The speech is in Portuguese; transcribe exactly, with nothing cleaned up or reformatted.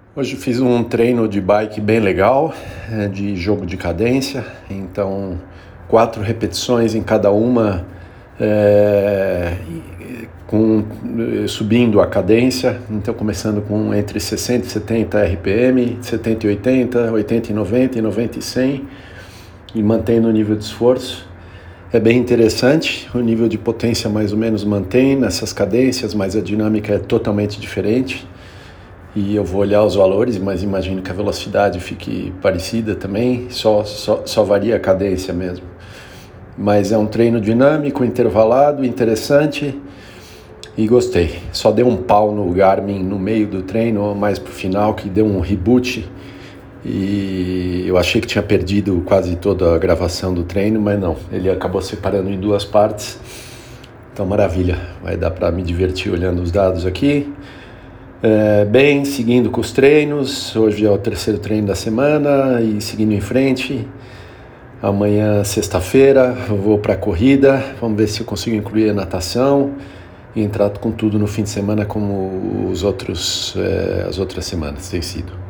Hoje fiz um treino de bike bem legal, é, de jogo de cadência, então quatro repetições em cada uma, é, com, subindo a cadência, então começando com entre sessenta e setenta R P M, setenta e oitenta, oitenta e noventa e noventa e cem, e mantendo o nível de esforço. É bem interessante, o nível de potência mais ou menos mantém nessas cadências, mas a dinâmica é totalmente diferente. E eu vou olhar os valores, mas imagino que a velocidade fique parecida também, só, só, só varia a cadência mesmo. Mas é um treino dinâmico, intervalado, interessante e gostei. Só deu um pau no Garmin no meio do treino, mais pro final, que deu um reboot. E eu achei que tinha perdido quase toda a gravação do treino, mas não. Ele acabou separando em duas partes. Então, maravilha. Vai dar para me divertir olhando os dados aqui. É, bem, seguindo com os treinos, hoje é o terceiro treino da semana e seguindo em frente. Amanhã, sexta-feira, eu vou para a corrida, vamos ver se eu consigo incluir a natação e entrar com tudo no fim de semana como os outros, é, as outras semanas tem sido.